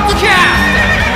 ッドキャスト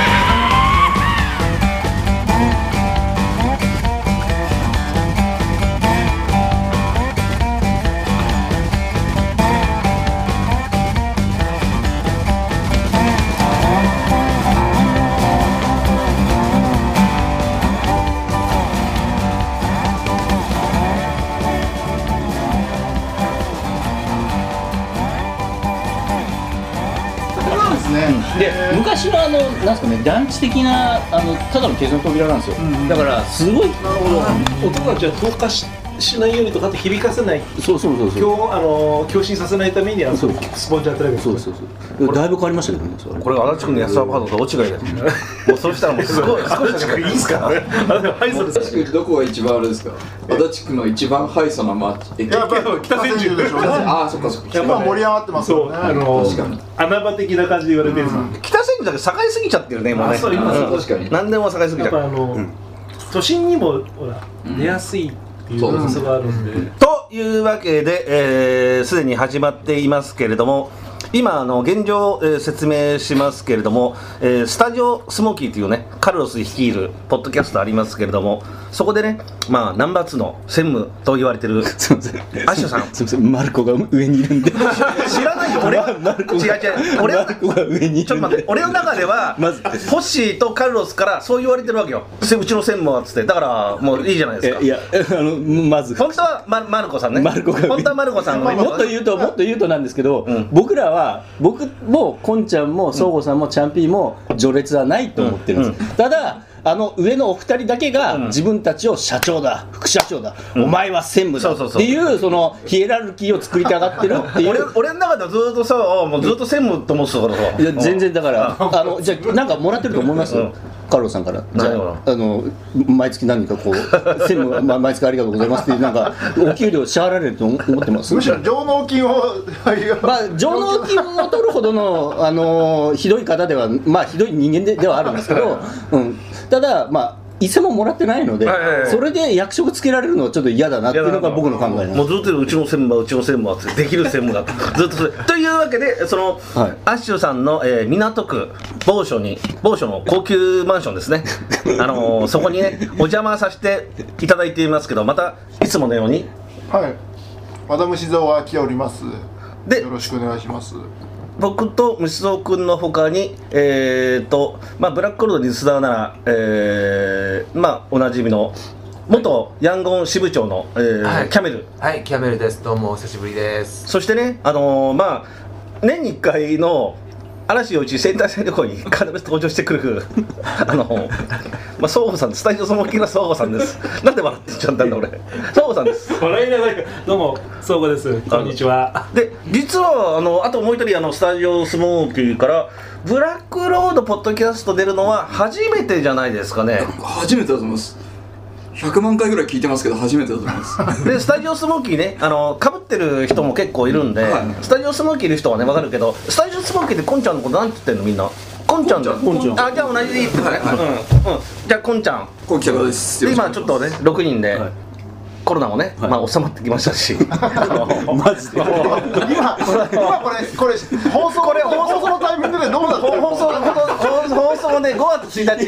で昔のなんすかね、団地的なただの鉄の扉なんですよ、だからすごい、 なるほど、音がじゃあ透過しないようにとかって響かせない、 そう共振させないためにそうスポンジやってるわけです。 そうだいぶ変わりましたけどね。それこれ足立区の安田パートと大違いだよ。もうそうしたらもうすごい足立区いいっすか？はいそうです。 足立区どこが一番あれですか？足立区の一番ハイソな町。 やっぱり北千住でしょうね。 ああ、そっかそっか。 今盛り上がってますよね。 確かに穴場的な感じで言われてるんですよ。 北千住だけ栄えすぎちゃってるね、もうね。 そう確かに。 何でも栄えすぎちゃう。 都心にもほら出やすいっていう要素があるんで。 というわけで、すでに始まっていますけれども、今現状、説明しますけれども、スタジオスモーキーというね、カルロス率いるポッドキャストありますけれども、そこでね、まあナンバー2の専務と言われてるすいません、 アッシュさん、 すいません、マルコが上にいるんで知らないよ、俺は俺はマルコが上にいるんで、 ちょっと待って、俺の中ではまずホッシーとカルロスからそう言われてるわけよ、うちの専務はっつって。だからもういいじゃないですか。 いやまず本当はマルコさんね、 マルコが本当はマルコさんがもっと言うとなんですけど、僕もこんちゃんもそうごさんもチャンピーも序列はないと思ってるんです、ただ上のお二人だけが自分たちを社長だ、副社長だ、お前は専務だっていうそのヒエラルキーを作りたがってるっていう。 俺の中ではずっとさ、もうずっと専務と思ってたからさ。 いや全然だからじゃあなんかもらってると思います？カルロスさんからじゃあ毎月何かこう専務毎月ありがとうございますっていうなんかお給料支払われると思ってます？ むしろ上納金を上納金を取るほどのひどい方では、まあひどい人間ではあるんですけど、ただまあ一銭ももらってないので、それで役職つけられるのはちょっと嫌だなっていうのが僕の考えなんです。 もうずっとうちの専務はってできる専務だとずっとそれというわけで、その、アッシュさんの、港区某所の高級マンションですねそこにねお邪魔させていただいていますけど、またいつものようにマダム静雄が来ております。 でよろしくお願いします。 僕と虫蔵君のほかに、ブラックゴールドに須田なら、おなじみの元ヤンゴン支部長の、キャメル。 はい、キャメルです。どうもお久しぶりです。 そしてね、年に1回の嵐陽一センター戦旅行に必ず登場してくる総合さん、スタジオその気の総合さんです。なんで笑ってちゃったんだ俺。総合さんです。 笑いながら、どうも総合です。こんにちは。 で実はあともう一人スタジオスモーキーからブラックロードポッドキャスト出るのは初めてじゃないですかね。 初めてだと思います。100万回ぐらい聞いてますけど初めてだと思いますでスタジオスモーキーね、かぶってる人も結構いるんで、スタジオスモーキーいる人はね分かるけど、スタジオスモーキーでこんちゃんのことなんて言ってんのみんな。こんちゃんだ。あ、じゃあ同じでいいってね。じゃあこんちゃん。 こんちゃんです。 で今ちょっとね6人で。コロナもね、収まってきましたし、マジで今これ放送のタイミングでどうなってる？ 放送ね、5月1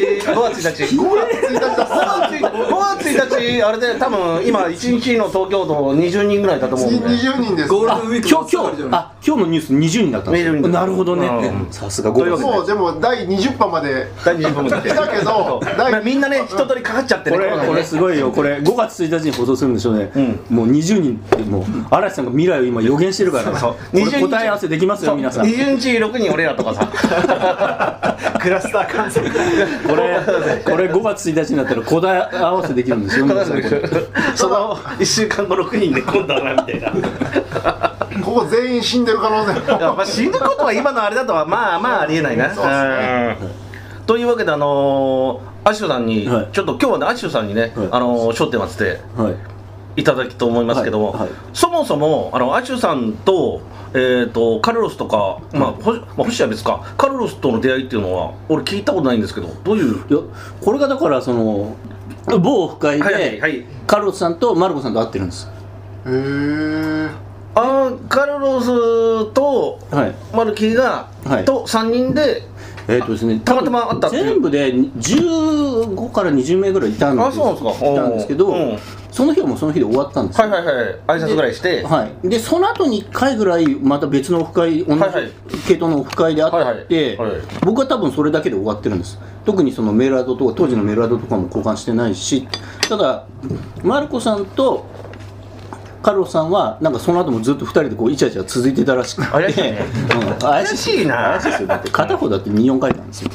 日あれで多分今1日の東京都20人ぐらいだと思うんで。 20人です。 ゴールデンウィーク今日のニュース20人だったんですよ。なるほどね。さすが5月。 もうでも第20波まで来たけど、 みんなね一通りかかっちゃってね。 これすごいよ。これ5月1日に放送するんでしょうね。もう20人ってもう嵐さんが未来を今予言してるからね。これ答え合わせできますよ皆さん。 20日6人俺らとかさ。 クラスター観測。 これ5月1日になったら答え合わせできるんですよ。 その1週間後6人で今度はなみたいな。 ここ全員死んでる可能性。 死ぬことは今のあれだとはまあありえないな。というわけでアッシュさんに、ちょっと今日はねアッシュさんにね焦点を当てていただきと思いますけども、そもそもアッシュさんとカルロスとか星は別か、カルロスとの出会いっていうのは俺聞いたことないんですけど、どういう？ いやこれがだからその某オフ会でカルロスさんとマルコさんと会ってるんです。 へえ。 カルロスとマルキーがと3人でですね、 たまたまあったっていう。 全部で15から20名ぐらいいたんですけど、その日はもうその日で終わったんですよ。 はいはいはい、挨拶ぐらいして、 はい、でその後に1回ぐらいまた別のオフ会、同じ系統のオフ会であって、僕は多分それだけで終わってるんです。特にそのメールアドとか当時のメールアドとかも交換してないし、ただマルコさんとカルロスさんはなんかその後もずっと2人でこうイチャイチャ続いてたらしくて、 怪しいね、怪しいな、 怪しいですよ。だって片方だって2、4回なんですよ、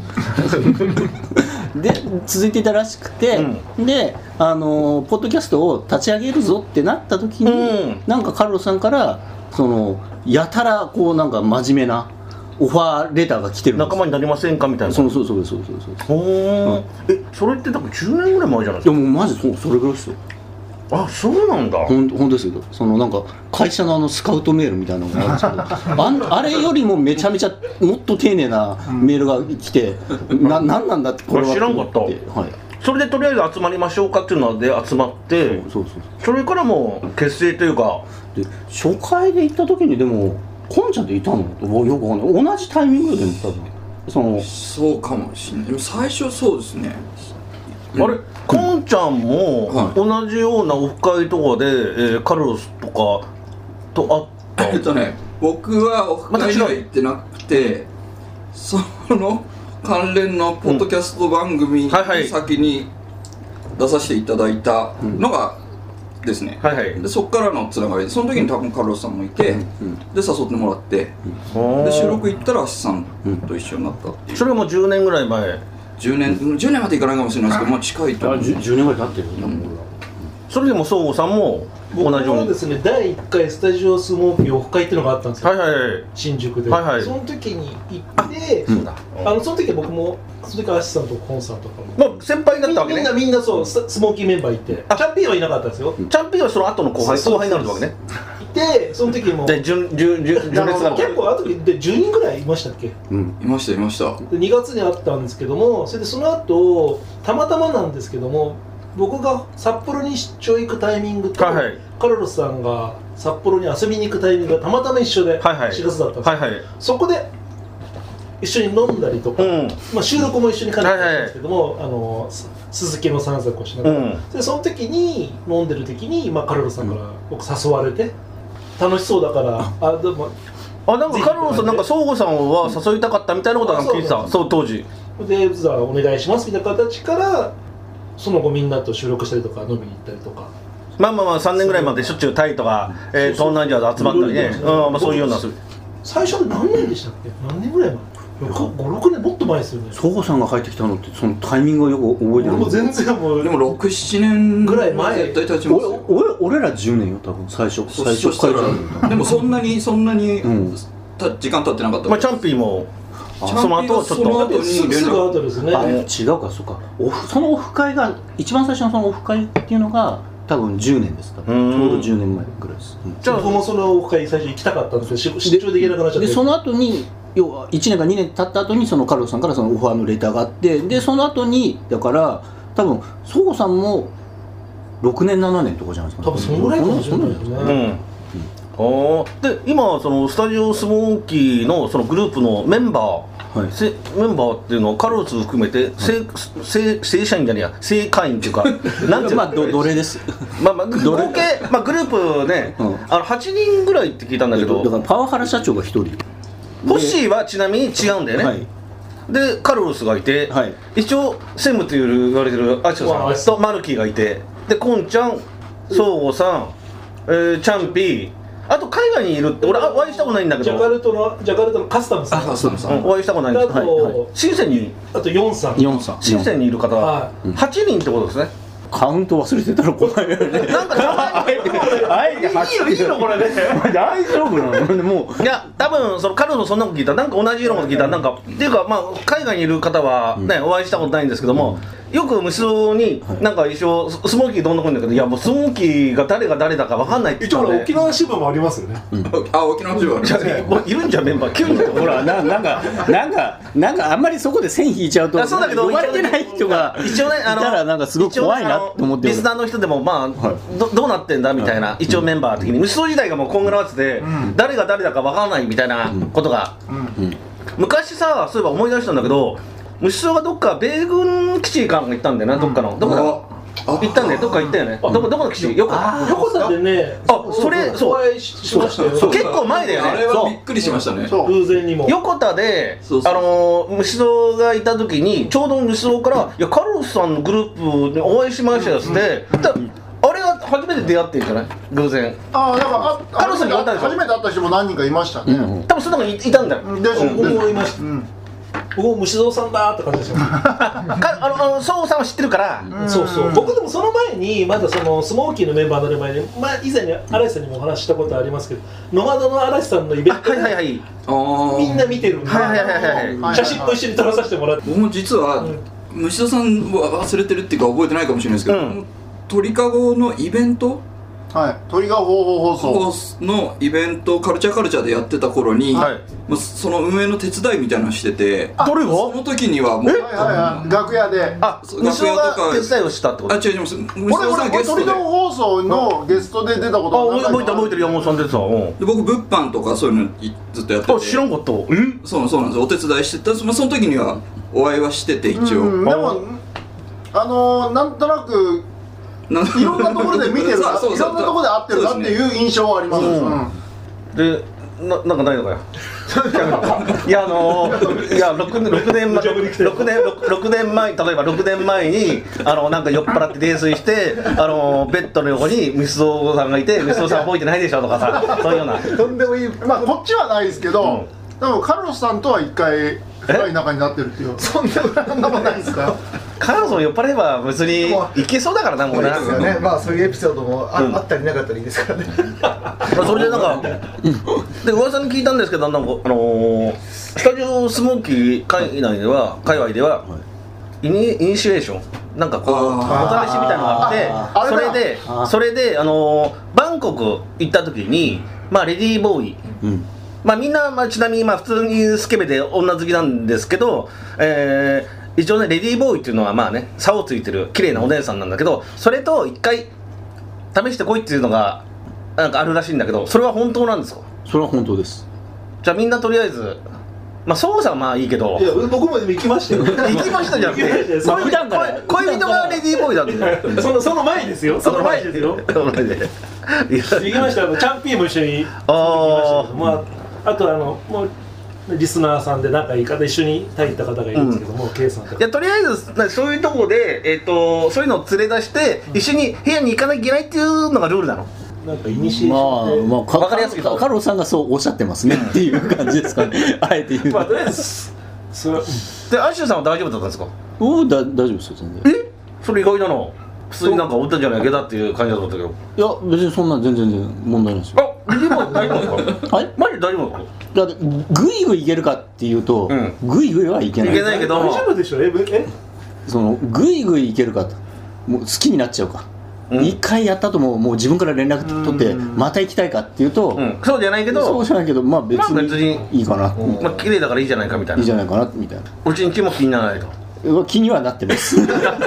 で続いてたらしくて、でポッドキャストを立ち上げるぞってなった時に、なんかカルロスさんからそのやたらこうなんか真面目なオファーレターが来てるんです。 仲間になりませんかみたいな。 そう。 それって多分10年ぐらい前じゃないですか。 でもマジそれぐらいですよ。 あ、そうなんだ。 本当ですよ。そのなんか会社のスカウトメールみたいなのがあるんですけど、あれよりもめちゃめちゃもっと丁寧なメールが来て、なんなんだってこれは知らんかった。はい。それでとりあえず集まりましょうかっていうので集まって、それからもう結成というか。 で初回で行った時にでもコンちゃんっていたの？よくわかんない。同じタイミングでも多分そうかもしれない。でも最初そうですね。 あれ、コンちゃんも同じようなオフ会とかで、カルロスとかと会った。 僕はオフ会には行ってなくて、その関連のポッドキャスト番組に先に出させていただいたのがですね、でそこからのつながりで、その時に多分カルロスさんもいて、で誘ってもらって、で収録行ったらアシさんと一緒になったっていう。 それがもう10年ぐらい前。 10年までいかないかもしれないですけど、まあ近いと思う。 10年ぐらい経ってるよ、 それでも相互さんも同じように。 僕はですね、第1回スタジオスモーキーオフ会っていうのがあったんですよ、新宿で。その時に行って、その時は僕もその時アシさんとコンさんとかも先輩だったわけね。 みんなそうスモーキーメンバーいて、チャンピーはいなかったですよ。 チャンピーはその後の後輩になるわけね。 でその時も結構後で10人ぐらいいましたっけ？ いましたで2月にあったんですけども、それでその後たまたまなんですけども、僕が札幌に出張行くタイミングと、カルロスさんが札幌に遊びに行くタイミングがたまたま一緒で4月だったんですよ。そこで一緒に飲んだりとか、収録も一緒に兼ねてたんですけども、鈴木の散策をしながら、でその時に飲んでる時に、カルロスさんから僕誘われて、楽しそうだから、でもなんかカルロスなんか相互さんは誘いたかったみたいなことは聞いてた。そう当時でじゃあお願いしますみたいな形から、その後みんなと収録したりとか飲みに行ったりとか、 3年ぐらいまでしょっちゅうタイとか東南アジアで集まったりね、そういうような。 最初何年でしたっけ？何年ぐらい前？5、6年もっと前ですよね。 相互さんが帰ってきたのってそのタイミングをよく覚えてる。 もう全然もうでも6、7年ぐらい前絶対経ちますよ。 俺ら10年よ多分最初でもそんなに時間経ってなかった。 チャンピーもその後ちょっとすぐ後ですね。 違うか、そうか。そのオフ会が一番最初のそのオフ会っていうのが多分10年です。ちょうど10年前ぐらいです。 じゃあ僕もそのオフ会最初行きたかったんですけど、出張できなくなっちゃって。 でその後に要は1年か2年経った後にそのカルロスさんからそのオファーのレターがあって、でその後にだから多分相互さんも6年7年とかじゃないですか。 多分そのぐらいかもしれないですね。 で今そのスタジオスモーキーのそのグループのメンバーっていうのはカルロス含めて正社員じゃねえや、正会員っていうかなんていうの、 奴隷です。 合計グループね、8人ぐらいって聞いたんだけど、 だからパワハラ社長が1人、 ホッシーはちなみに違うんだよね。でカルロスがいて、一応専務と言われてるアショさんとマルキーがいて、でコンちゃん、相互さん、チャンピー、あと海外にいるって、俺お会いしたことないんだけど、 ジャカルトのカスタムさん、 お会いしたことないんですけど、深センに、 あと4さん、 深センにいる方は8人ってことですね。 カウント忘れてたら怖いよね。 なんかいいのこれね。 大丈夫なの？もういや多分その彼女そんなこと聞いたらなんか同じようなこと聞いたらなんかっていうか海外にいる方はねお会いしたことないんですけども、よく無数になんか一応スモーキーどんな子いんだけど、いやもうスモーキーが誰が誰だか分かんないって言ったんで。 一応沖縄支部もありますよね。 沖縄支部ある。 もういるんじゃんメンバー9人。 ほらなんかあんまりそこで線引いちゃうと、 そうだけど呼ばれてない人が一応ねいたらなんかすごく怖いなと思って、 リスナーの人でもどうなってんだみたいな、一応メンバー的に無双時代がもうコングラワッツで誰が誰だか分からないみたいなことが昔さ、そういえば思い出したんだけど、虫蔵がどっか米軍基地かなんか行ったんだよな、どっかの。どこだ行ったんだよ、どっか行ったよね。どこの基地？横田でね、 それ、 お会いしましたよ。 結構前だよね。 あれはびっくりしましたね。 偶然にも。 横田で、虫蔵がいた時に、ちょうど虫蔵から、いや、カルロスさんのグループでお会いしましたよって、あれが初めて出会ってるんじゃない？偶然。 ああ、だからカルロスさんに会ったでしょ？ 初めて会った人も何人かいましたね。 多分その中にいたんだよ。 僕もいました。僕も虫蔵さんだーって感じでした。 そうさんは知ってるから。 そうそう。僕でもその前にまだそのスモーキーのメンバーになる前に、以前に嵐さんにもお話したことありますけど、ノマドの嵐さんのイベントでみんな見てるんで、写真も一緒に撮らさせてもらって。 僕も実は虫蔵さんは忘れてるっていうか覚えてないかもしれないですけど、鳥かごのイベント。 はい、鳥が放送のイベントをカルチャーでやってた頃に、その運営の手伝いみたいなのしてて、その時にはもう楽屋で虫蔵が手伝いをしたってこと？ 違います。虫蔵さんゲストで鳥かご放送のゲストで出たことが覚えてる、山本さん出てた。 僕物販とかそういうのずっとやってて、 知らんかった。 そうなんですよ。お手伝いしてた。その時にはお会いはしてて、一応。 でもなんとなくいろんなところで見てるいろんなところで会ってるなっていう印象はあります。 で、なんかないのかよ。いや6年前、例えば6年前になんか酔っ払って泥酔してベッドの横に虫蔵さんがいて、虫蔵さん覚えてないでしょとかさ、そういうような。 とんでもいい。まあこっちはないですけど、でもカルロスさんとは一回深い仲になってるっていう。そんなもんないですか？ カルロスも酔っ払えば別にいけそうだからな、もうな。 まあそういうエピソードもあったりなかったりいいですからね。 それでなんかで噂に聞いたんですけど、なんかスタジオスモーキー界隈ではイニシエーションなんかこうお試しみたいなのがあって、それでバンコク行った時にレディーボーイ、みんなちなみに普通にスケベで女好きなんですけど、一応ねレディーボーイっていうのは差をついてる綺麗なお姉さんなんだけど、それと一回試してこいっていうのがなんかあるらしいんだけど、それは本当なんですか？ それは本当です。 じゃあみんなとりあえず操作はいいけど、 いや僕も行きましたよ。 行きましたじゃん。 普段から恋人がレディーボーイなんで。 その前ですよ。その前ですよ。行きました。チャンピーも一緒に行きましたけど、あともうリスナーさんで仲いい方一緒に入った方がいるんですけども、K さんとか。 いやとりあえずそういうところでそういうのを連れ出して一緒に部屋に行かなきゃいけないっていうのがルールなの。 なんかイニシエーションで分かりやすい。カルロスさんがそうおっしゃってますねっていう感じですかね。あえて言うと。 とりあえずでアッシュさんは大丈夫だったんですか？ 大丈夫ですよ全然。 それ意外だな。普通になんかおったんじゃないけだっていう感じだったけど。 いや別にそんな全然問題ないですよ。 今大丈夫ですか？はい。マジで大丈夫ですか？ だってグイグイいけるかっていうと、グイグイはいけない。 いけないけど。 大丈夫でしょ？ グイグイいけるかと、もう好きになっちゃうか。一回やったともう自分から連絡取ってまた行きたいかっていうと、 そうじゃないけど、 そうじゃないけど別にいいかな。 綺麗だからいいじゃないかみたいな。 いいじゃないかなみたいな。 うちんちも気にならないと。 気にはなってます。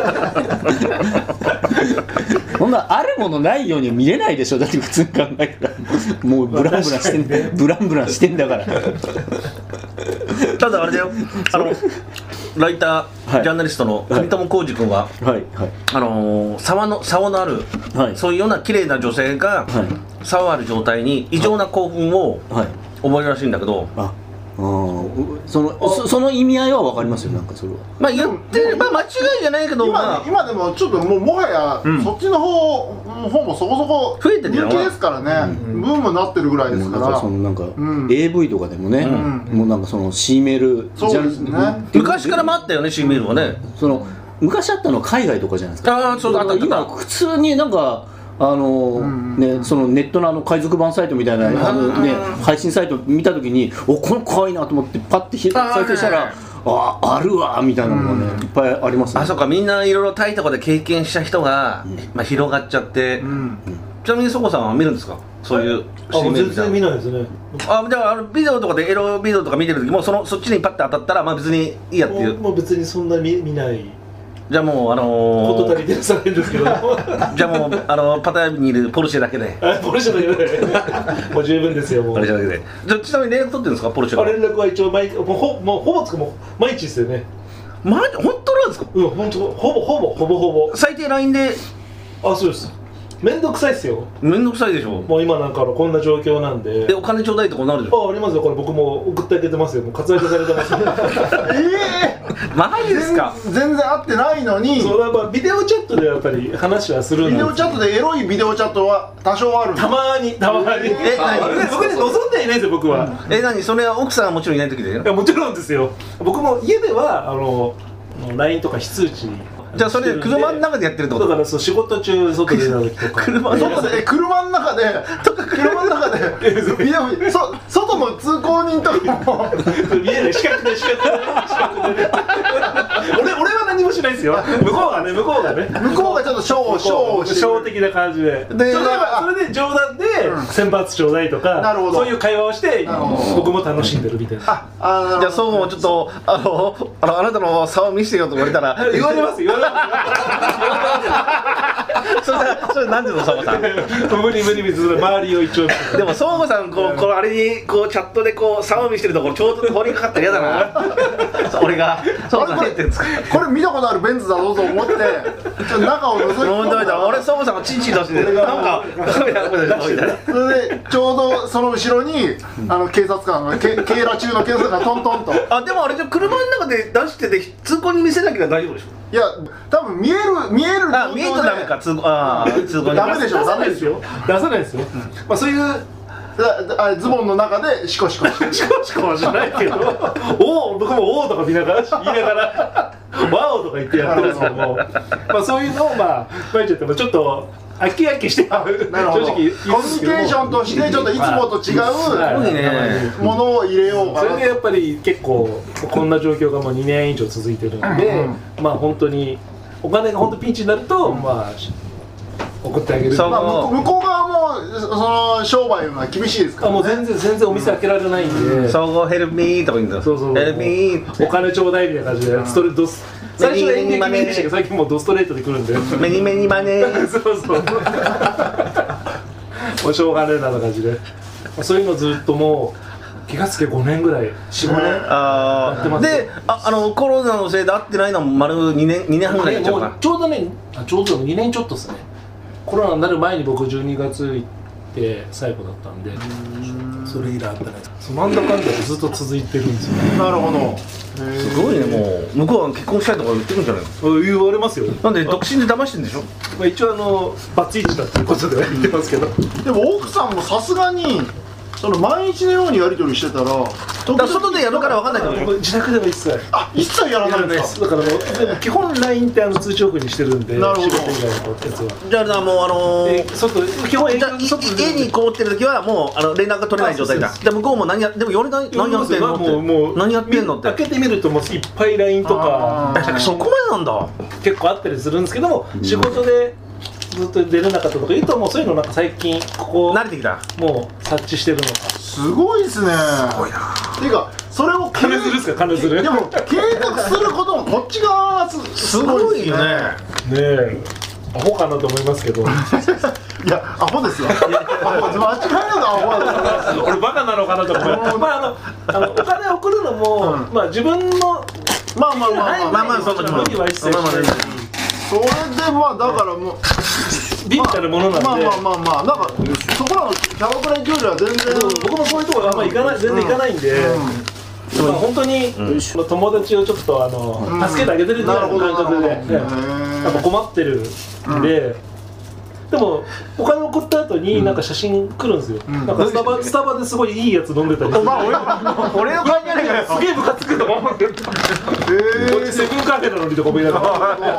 そんなあるものないように見れないでしょ。だって普通に考えたらもうブランブランしてんだから。 ただあれだよ、ライター、ジャーナリストの国友浩二君は竿のある、そういうような綺麗な女性が竿ある状態に異常な興奮を覚えるらしいんだけど、 その意味合いは分かりますよ。なんかそれは言ってれば間違いじゃないけど、 今でもちょっともはやそっちの方もそこそこ増えてるよ。 人気ですからね。ブームになってるぐらいですから。 なんか AV とかでもね、もうなんかその C メールじゃん。 昔からもあったよね、C メールはね。 昔あったのは海外とかじゃないですか。今普通になんかそのネットの海賊版サイトみたいな配信サイト見たときに、これ可愛いなと思ってパッて再生したら、あるわみたいなのがねいっぱいありますね。 そうか、みんないろいろタイとかで経験した人が広がっちゃって。ちなみにそこさんは見るんですか？そういう全然見ないですね。 じゃあビデオとかでエロビデオとか見てる時もそっちにパッて当たったら別にいいやっていう。 もう別にそんな見ない。 じゃあもうこと足りてるされるんですけどじゃあもうパタヤにいるポルシェだけでポルシェだけでもう十分ですよもうポルシェだけで。じゃあちなみに連絡取ってるんですかポルシェは。 連絡は一応もうほぼつくも毎日ですよね。 本当なんですか。 うん本当ほぼ最低 LINE で。 あそうです。めんどくさいっすよ。 めんどくさいでしょ。 もう今なんかこんな状況なんで。 お金ちょうだいとかなるでしょ。 ありますよ。これ僕も送ってあげてますよ。もう割愛されてますマジですか。 全然会ってないのに。 そうだからビデオチャットでやっぱり話はするんです。 ビデオチャットでエロいビデオチャットは多少ある。 たまに僕に望んではいないですよ僕は。 何それは奥さんはもちろんいない時で。いやもちろんですよ。僕も家ではLINE とか非通知。 じゃあそれ車の中でやってるってこと。 だからそう仕事中外で出た時とか車の中で車の中で外の通行人とかも見えない視覚で俺は何もしないですよ。向こうがちょっとショー的な感じでそれで冗談で選抜ちょうだいとかそういう会話をして僕も楽しんでるみたいな。じゃあそうもちょっとあなたの差を見せてよと言われたら言われますそれなんでの相互さん無理周りを一応でも相互さんこうあれにこうチャットでこう差を見せてるところちょうど通りかかったら嫌だな俺が相互さんってんですか。 これ見たことあるベンツだぞと思ってちょっと中を覗いて俺相互さんがチンチン出してなんかそれでちょうどその後ろに警察官が警ら中の警察官がトントンとでもあれじゃ車の中で出してて通行に見せなきゃ大丈夫でしょ。 いや多分見える見えるとダメか通行にダメでしょ。 出さないですよ。まあそういうズボンの中でシコシコはじゃないけど僕もおーとか言いながらワオとか言ってやってるんですけどもまあそういうのを毎日やってもちょっと飽きして正直コミュニケーションとしてちょっといつもと違うものを入れようかな。 それでやっぱり結構こんな状況がもう2年以上続いてるんでまあ本当にお金が本当ピンチになると送ってあげる。 向こう側もその商売は厳しいですから、ね、 もう全然お店開けられないんで総合ヘルミーとか言うんだ。 そうヘルミーお金ちょうだいみたいな感じで最初は演劇メニューでしたけど最近もうドストレートで来るんでメニメニマネーそうもうしょうがねえな感じでそういうのずっともう気がつけ5年ぐらい4、5年やってますでコロナのせいで会ってないのは丸2年半ぐらいやっちゃうかな。 ちょうど2年ちょっとですね。コロナになる前に僕12月行って最後だったんでそれ以来会ってないです。なんだかんだでずっと続いてるんですよね。 なるほど。 すごいね。もう向こうは結婚したいとか言ってるんじゃないの。 言われますよ。 なんで独身で騙してんでしょ。 一応バツイチだっていうことでは言ってますけどでも奥さんもさすがに毎日のようにやり取りしてたら外でやるから分かんないけど自宅では一切やらないんですか。 だからもう基本 LINE って通知オフにしてるんで仕事以外のやつはじゃあもう基本家にこもってる時はもう連絡が取れない状態だ。で向こうもでも何やってんのって何やってんのって開けてみるともういっぱい LINE とかそこまでなんだ。 結構あったりするんですけども仕事でずっと出れなかったとか言うともうそういうのなんか最近慣れてきた。 もう察知してるのか。 すごいですね。すごいな。っていうかそれを金するですか金する。 でも継続することもこっち側がすごいよね。 ねえアホかなと思いますけどいやアホですよ。間違いなくアホだと俺バカなのかなと思います。お金送るのも自分のその無理は一切しないしそれでだからもうビビたるものなんでなんかそこらのキャバクラ行くよりは全然僕もそういうところあんま全然行かないんで本当に友達をちょっと助けてあげてるみたいな感覚でやっぱ困ってるんででもお金送った後になんか写真来るんですよ。なんかスタバですごいいいやつ飲んでたりして俺の感じないからすげえムカつくと思って俺セブンカフェなのにとか思いながら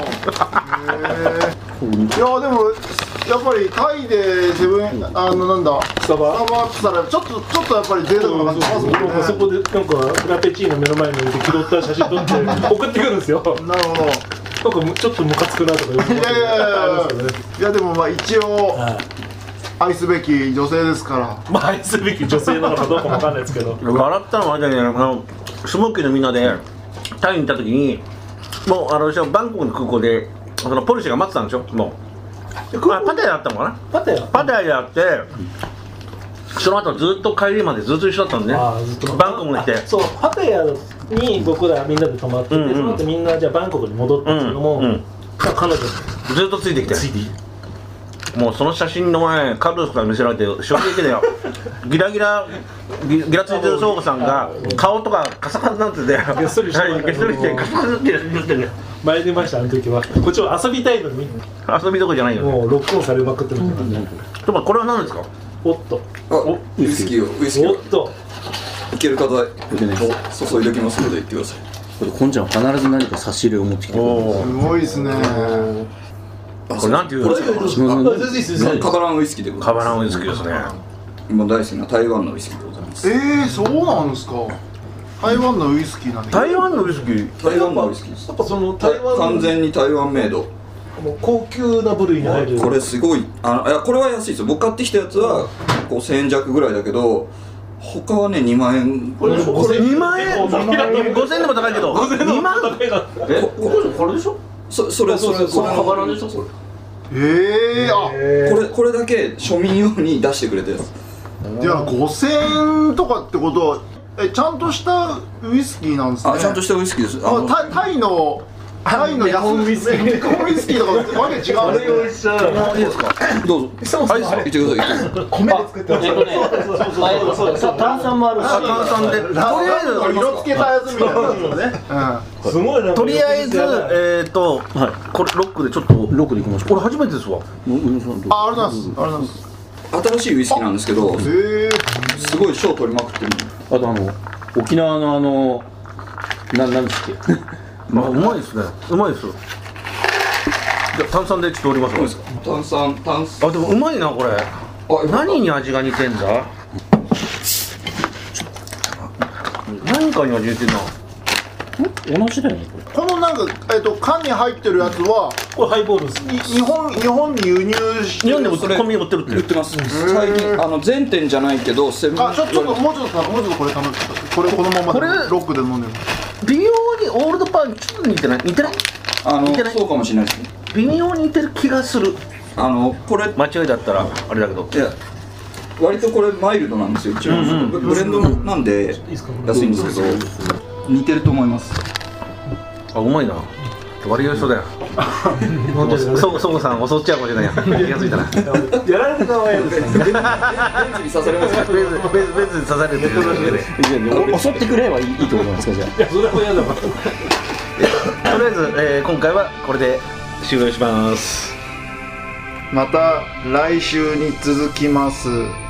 いやでもやっぱりタイでセブンスタバってたらちょっとやっぱり贅沢な感じしますもんね。 そこでなんかフラペチーノ目の前に置いて気取った写真撮って送ってくるんですよ。 なるほど。 なんかちょっとムカつくなとか言う。 いやでも一応愛すべき女性ですから。 愛すべき女性なのかどうかもわかんないですけど。 笑ったのはあれだねスモーキーのみんなでタイに行った時にもうバンコクの空港でそのポルシェが待ってたんでしょ。もうパタヤだったのかな。パタヤやって、その後ずっと帰りまでずっと一緒だったんでね。バンコクに行って、 そうパタヤに僕らみんなで泊まってて、その後みんなじゃあバンコクに戻ったんですけども、彼女ずっとついてきて、もうその写真の前カルロスから見せられて衝撃だよ。ギラついてるソーゴさんが顔とかカサカサになってて、 げっそりしてカサカサって言ってね。 前出ました、あの時は。こっちは遊びたいのに遊びどころじゃないよ。 もうロックオンされまくってるんで。 これは何ですか。 おっと、 ウイスキーをおっといける方注いでおきますので言ってください。 これこんちゃん必ず何か差し入れを持ってきてくれる。 すごいですね。 これなんていうんですか。 カバランウイスキーでございます。 カバランウイスキーですね。 今大好きな台湾のウイスキーでございます。 そうなんですか。台湾のウイスキーなんで。 台湾のウイスキー。 台湾のウイスキーです。 やっぱその台湾完全に台湾メイド。 高級な部類に入る。 これすごい、いやこれは安いですよ。僕買ってきたやつは5000円弱ぐらいだけど、他はね2万円。 これ 2万円。5000円でも高いけど。2万。 高いな。 これでしょ。 それカバランでしょ。これだけ庶民用に出してくれたやつ。 いや5000円とかってことはちゃんとしたウイスキーなんですね。 ちゃんとしたウイスキーです。 タイの日本ウイスキーとかわけ違うんですね。 いいですか。どうぞ。 はい、言ってください。 米で作ってます。 炭酸もあるし。 炭酸で。とりあえず色付けたやつみたいなやつね。 すごいな。 とりあえずこれロックでちょっとロックでいきましょう。 これ初めてですわ。 ありがとうございます。 新しいウイスキーなんですけど、すごい賞取りまくってる。 あと沖縄のなんですっけ。 うまいですね。うまいです。じゃ炭酸でちょっと折りますわ。 炭酸。 でもうまいなこれ。何に味が似てんだ。何かに味似てんな。 同じだよねこれ。 このなんか缶に入ってるやつはこれハイボールです。 日本に輸入して日本でもコンビニ売ってるって。 売ってます。最近全店じゃないけど、 ちょっともうちょっとこれ頼む。これこのままロックで飲んでる。 微妙にオールドパンちょっと似てない？似てない？ そうかもしれないですね。 微妙に似てる気がする。 これ間違いだったらあれだけど。 いや、割とこれマイルドなんですよ。一応ブレンドなんで安いんですけど、似てると思います。 うまいな。割合一緒だよ。そうさん襲っちゃうかもしれないや。気がついたな。 やられた側は嫌ですね。 ベンチに刺されますか。 ベンツに刺されてる。 襲ってくればいいと思いますかじゃあ。 いやそれは嫌だわ。 とりあえず今回はこれで終了します。 また来週に続きます。